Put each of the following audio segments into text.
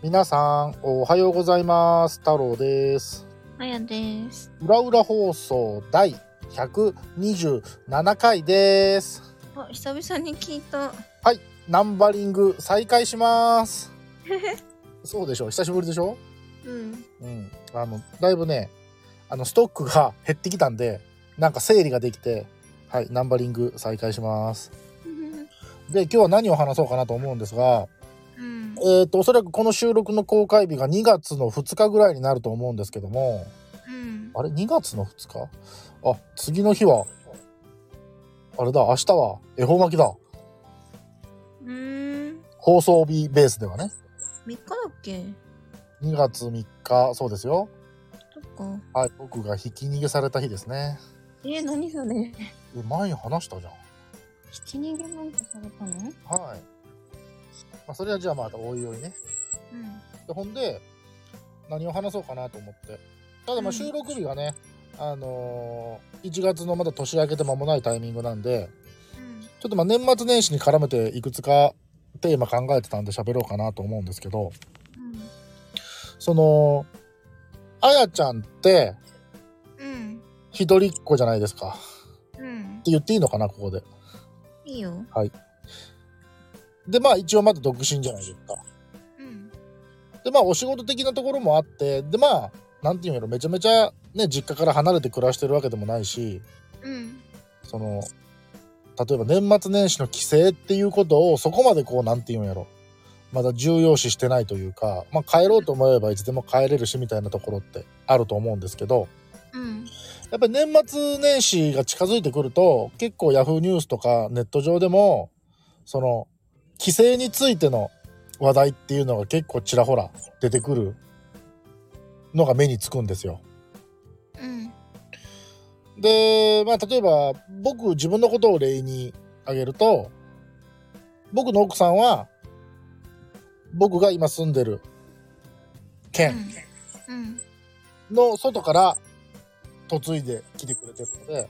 皆さんおはようございます。太郎です。 あやです。 裏裏放送第127回です。 久々に聞いた。 はい、ナンバリング再開します。そうでしょ、久しぶりでしょ。だいぶね、ストックが減ってきたんで、なんか整理ができて、はい、ナンバリング再開します。で、今日は何を話そうかなと思うんですが、おそらくこの収録の公開日が2月の2日ぐらいになると思うんですけども、あれ2月の2日？あ、次の日はあれだ、明日は恵方巻きだ。放送日ベースではね。 3日だっけ ？2月3日、そうですよ。 そっか。はい、僕がひき逃げされた日ですね。 何それ？ 前に話したじゃん。 ひき逃げなんてされたの？ はい。それはじゃあまたおいおいね。で、ほんで、何を話そうかなと思って。ただ収録日がね、1月のまだ年明けて間もないタイミングなんで、ちょっと年末年始に絡めていくつかテーマ考えてたんで喋ろうかなと思うんですけど、あやちゃんって、一人っ子じゃないですか。って言っていいのかな、ここで。 いいよ。 はい。で、一応まだ独身じゃないですか。で、お仕事的なところもあって、で、なんていうんやろ、めちゃめちゃね、実家から離れて暮らしてるわけでもないし、例えば年末年始の帰省っていうことをそこまでなんていうんやろ、まだ重要視してないというか、帰ろうと思えばいつでも帰れるしみたいなところってあると思うんですけど、やっぱり年末年始が近づいてくると、結構ヤフーニュースとかネット上でも、帰省についての話題っていうのが結構ちらほら出てくるのが目につくんですよ。で、例えば自分のことを例に挙げると、僕の奥さんは僕が今住んでる県の外から嫁いで来てくれてるので、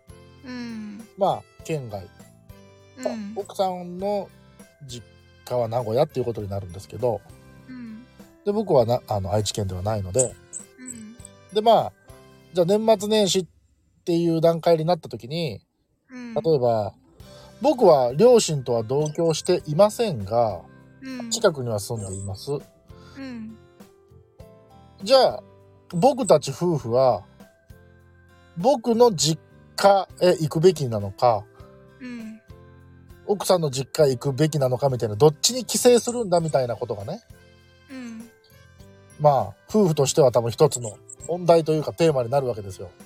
県外、奥さんの実家は名古屋っていうことになるんですけど、で僕は愛知県ではないので、でじゃあ年末年始っていう段階になった時に、例えば僕は両親とは同居していませんが、近くには住んでいます。じゃあ僕たち夫婦は僕の実家へ行くべきなのか、奥さんの実家へ行くべきなのかみたいな、どっちに帰省するんだみたいなことがね、夫婦としては多分一つの問題というかテーマになるわけですよ。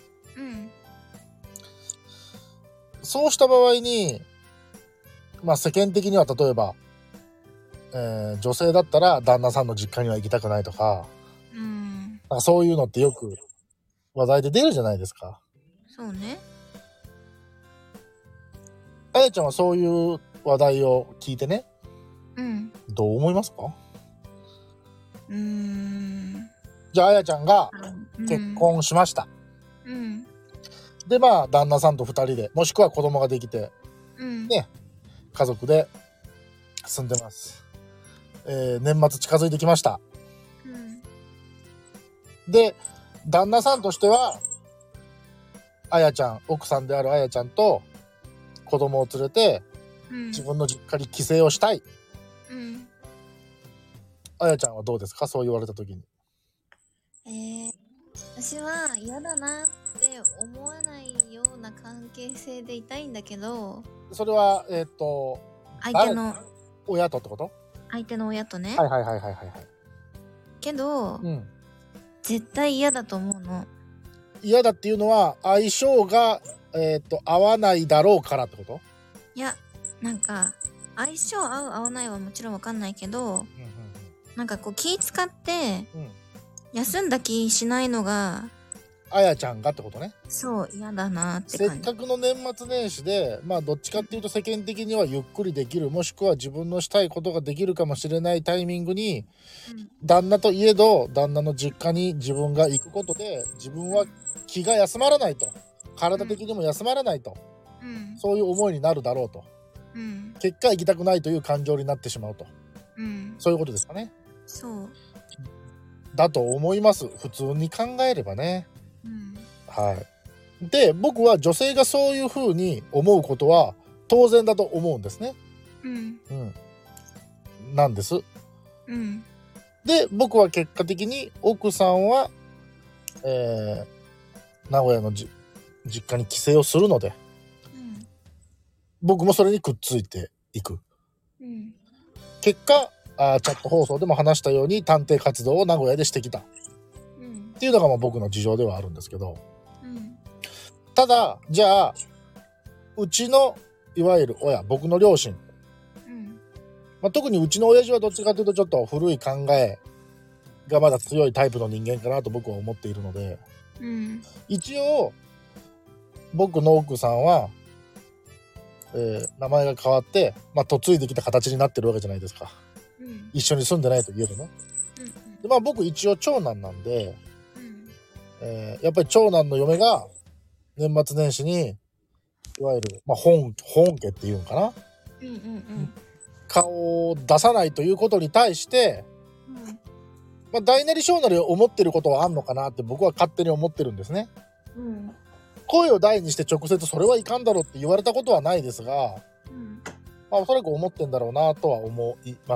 そうした場合に、世間的には例えば、女性だったら旦那さんの実家には行きたくないとか、そういうのってよく話題で出るじゃないですか。 そうね。 あやちゃんはそういう話題を聞いてね、どう思いますか？じゃああやちゃんが結婚しました。で旦那さんと2人で、もしくは子供ができて、ね、家族で住んでます。年末近づいてきました。で旦那さんとしてはあやちゃん、奥さんであるあやちゃんと子供を連れて、自分の実家に帰省をしたい。あやちゃんはどうですか？そう言われた時に。 私は嫌だなって思わないような関係性でいたいんだけど。それは相手の親とってこと？ 相手の親とね。 はい。 けど、絶対嫌だと思うの。 嫌だっていうのは相性が合わないだろうからってこと？ いや、なんか相性合う合わないはもちろん分かんないけど、なんか気使って、休んだ気しないのがあやちゃんがってことね。 そう、嫌だなって感じ。 せっかくの年末年始で、どっちかっていうと世間的にはゆっくりできる、もしくは自分のしたいことができるかもしれないタイミングに、旦那といえど旦那の実家に自分が行くことで、自分は気が休まらないと、体的にも休まらないと、そういう思いになるだろうと、結果行きたくないという感情になってしまうと、そういうことですかね。 そうだと思います。普通に考えればね。 うん、 はい。で、僕は女性がそういう風に思うことは当然だと思うんですね。 うん、 うん。なんです。 うん。 で、僕は結果的に奥さんは、名古屋の実家に帰省をするので、 うん、 僕もそれにくっついていく。 うん、 結果、チャット放送でも話したように探偵活動を名古屋でしてきた。 うん、 っていうのがまあ僕の事情ではあるんですけど。 うん、 ただ、じゃあ、うちの、いわゆる親、僕の両親。 うん、 まあ、特にうちの親父はどっちかというとちょっと古い考えがまだ強いタイプの人間かなと僕は思っているので、 うん、 一応、僕の奥さんは、名前が変わって、まあ、嫁いできた形になってるわけじゃないですか。 うん、 一緒に住んでないといえどね。でまあ僕一応長男なんで、やっぱり長男の嫁が年末年始に、いわゆる、まあ、本家っていうのかな、顔を出さないということに対して、まあ、大なり小なり思ってることはあんのかなって僕は勝手に思ってるんですね。声を大にして直接それはいかんだろうって言われたことはないですが、まあ、おそらく思ってんだろうなとは思います。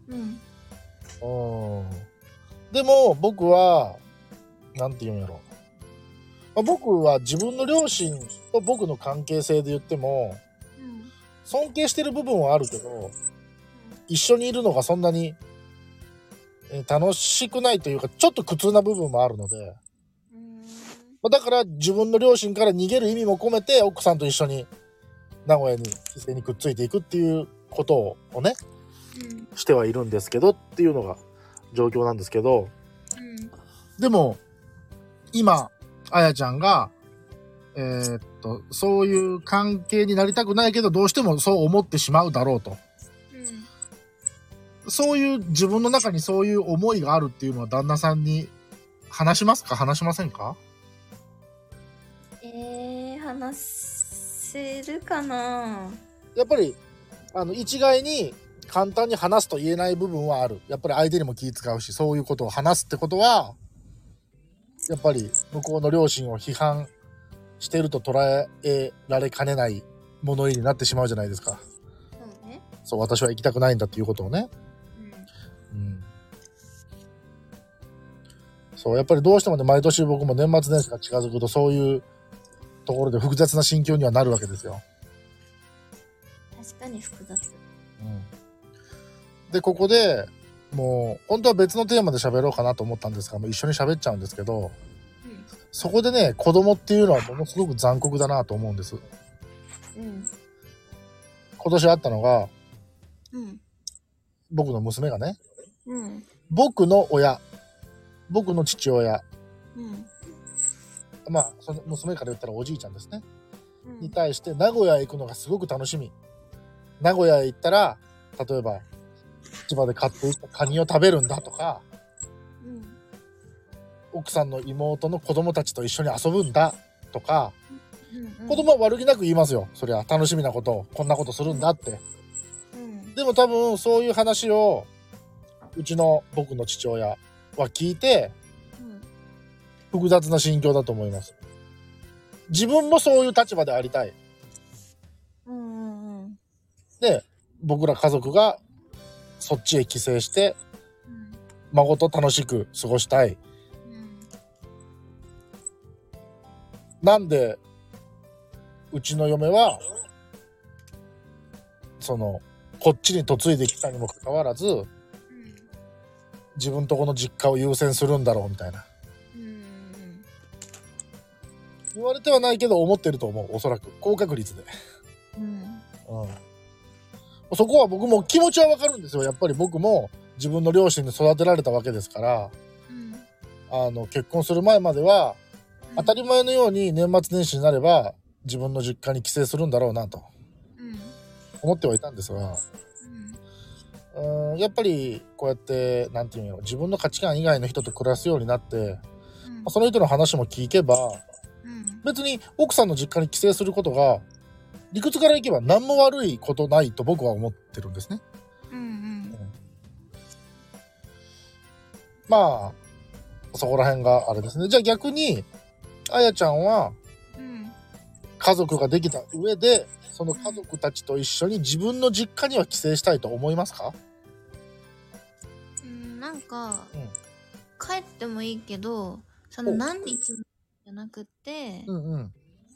でも僕はなんて言うんやろ、まあ、僕は自分の両親と僕の関係性で言っても、尊敬してる部分はあるけど、一緒にいるのがそんなに楽しくないというか、ちょっと苦痛な部分もあるので、だから自分の両親から逃げる意味も込めて奥さんと一緒に名古屋に帰省にくっついていくっていうことをね、してはいるんですけどっていうのが状況なんですけど、でも今あやちゃんがそういう関係になりたくないけどどうしてもそう思ってしまうだろうと、そういう自分の中にそういう思いがあるっていうのは旦那さんに話しますか、話しませんか？ 話せるかな。 やっぱり一概に簡単に話すと言えない部分はある。やっぱり相手にも気使うし、そういうことを話すってことはやっぱり向こうの両親を批判してると捉えられかねない物言いになってしまうじゃないですか。 そうね。 そう、私は行きたくないんだっていうことをね。そう、やっぱりどうしてもね、毎年僕も年末年始が近づくとそういうところで複雑な心境にはなるわけですよ。 確かに複雑。 で、ここでもう本当は別のテーマで喋ろうかなと思ったんですが、もう一緒に喋っちゃうんですけど、そこでね、子供っていうのはものすごく残酷だなと思うんです。今年あったのが、僕の娘がね、僕の親、僕の父親、まあその娘から言ったらおじいちゃんですね、に対して名古屋へ行くのがすごく楽しみ。名古屋へ行ったら例えば市場で買っていったカニを食べるんだとか、奥さんの妹の子供たちと一緒に遊ぶんだとか、子供は悪気なく言いますよ。そりゃ楽しみなことをこんなことするんだって、でも多分そういう話をうちの僕の父親は聞いて、複雑な心境だと思います。自分もそういう立場でありたい。で、僕ら家族がそっちへ帰省して、孫と楽しく過ごしたい。なんでうちの嫁はこっちに嫁いできたにもかかわらず、自分とこの実家を優先するんだろうみたいな、言われてはないけど思ってると思う。おそらく高確率で、そこは僕も気持ちはわかるんですよ。やっぱり僕も自分の両親に育てられたわけですから、結婚する前までは当たり前のように年末年始になれば自分の実家に帰省するんだろうなと思ってはいたんですが、やっぱりこうやってなんていうの、自分の価値観以外の人と暮らすようになって、その人の話も聞けば、別に奥さんの実家に帰省することが理屈からいけば何も悪いことないと僕は思ってるんですね。 まあ、そこら辺があれですね。じゃあ逆に、あやちゃんは、家族ができた上で、その家族たちと一緒に自分の実家には帰省したいと思いますか？ なんか、帰ってもいいけど、その何日もじゃなくて、お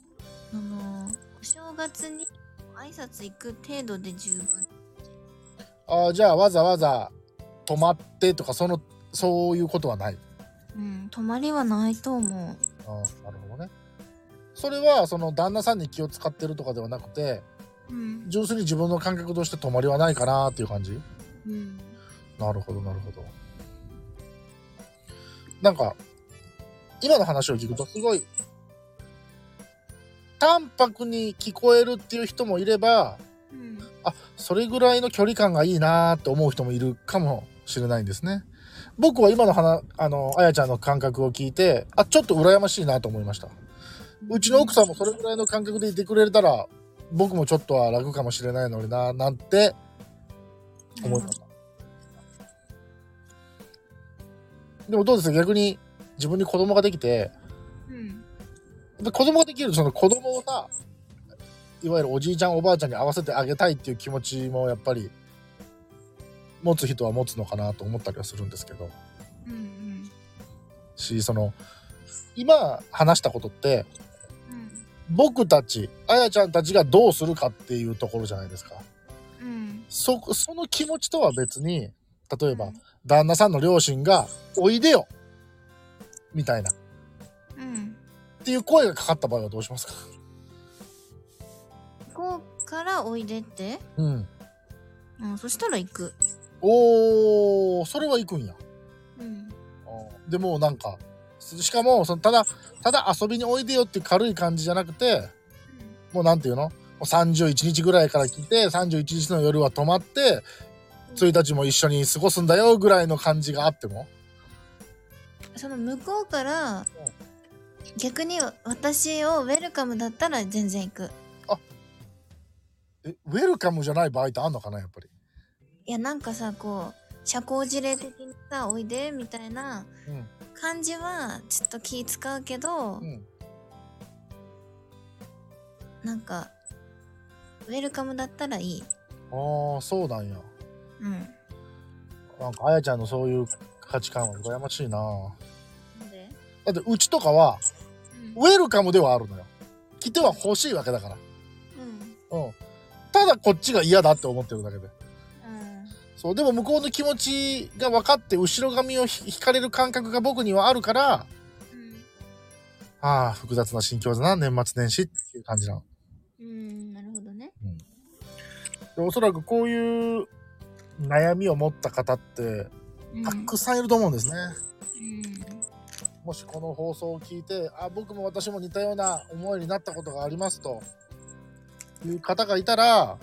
正月に挨拶行く程度で十分。 じゃあわざわざ泊まってとかそういうことはない？ 泊まりはないと思う。 なるほどね。それはその旦那さんに気を使ってるとかではなくて、純粋に自分の感覚として泊まりはないかなっていう感じ？なるほどなるほど。なんか今の話を聞くとすごい淡白に聞こえるっていう人もいれば、それぐらいの距離感がいいなーって思う人もいるかもしれないんですね。僕は今のあやちゃんの感覚を聞いて、ちょっと羨ましいなと思いました。うちの奥さんもそれぐらいの感覚でいてくれたら、僕もちょっとは楽かもしれないのにな、なんて思いました。でもどうですか、逆に自分に子供ができて、子供ができるとその子供をさ、いわゆるおじいちゃんおばあちゃんに合わせてあげたいっていう気持ちもやっぱり持つ人は持つのかなと思ったりはするんですけど、その今話したことって、僕たちあやちゃんたちがどうするかっていうところじゃないですか。その気持ちとは別に、例えば、旦那さんの両親がおいでよみたいな、っていう声がかかった場合はどうしますか？ こうからおいでって？そしたら行く。 それは行くんや。でもなんかしかもただ遊びにおいでよっていう軽い感じじゃなくて、もうなんていうの、もう31日ぐらいから来て31日の夜は泊まって1日も一緒に過ごすんだよぐらいの感じがあっても、 その向こうから逆に私をウェルカムだったら全然行く。 ウェルカムじゃない場合ってあんのかな、やっぱり。 いや、なんかさ、こう社交辞令的にさ、おいでみたいな感じはちょっと気使うけど、なんかウェルカムだったらいい。 そうなんや。なんかあやちゃんのそういう価値観は羨ましいな。なんで？だってうちとかは、ウェルカムではあるのよ。来ては欲しいわけだから。ただこっちが嫌だって思ってるだけで。そう、でも向こうの気持ちが分かって後ろ髪を引かれる感覚が僕にはあるから、複雑な心境だな、年末年始っていう感じなの。 なるほどね。 でおそらくこういう悩みを持った方ってたくさんいると思うんですね。もしこの放送を聞いて、僕も私も似たような思いになったことがありますという方がいたら、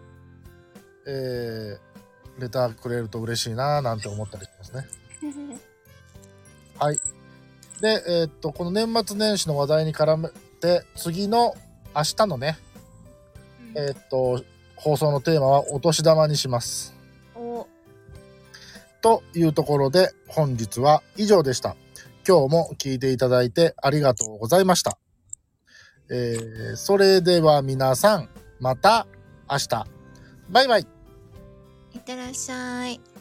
レターくれると嬉しいななんて思ったりしますね。はい。で、この年末年始の話題に絡めて、次の明日のね、放送のテーマはお年玉にします。というところで本日は以上でした。今日も聞いていただいてありがとうございました。それでは皆さん、また明日。バイバイ。 いってらっしゃい。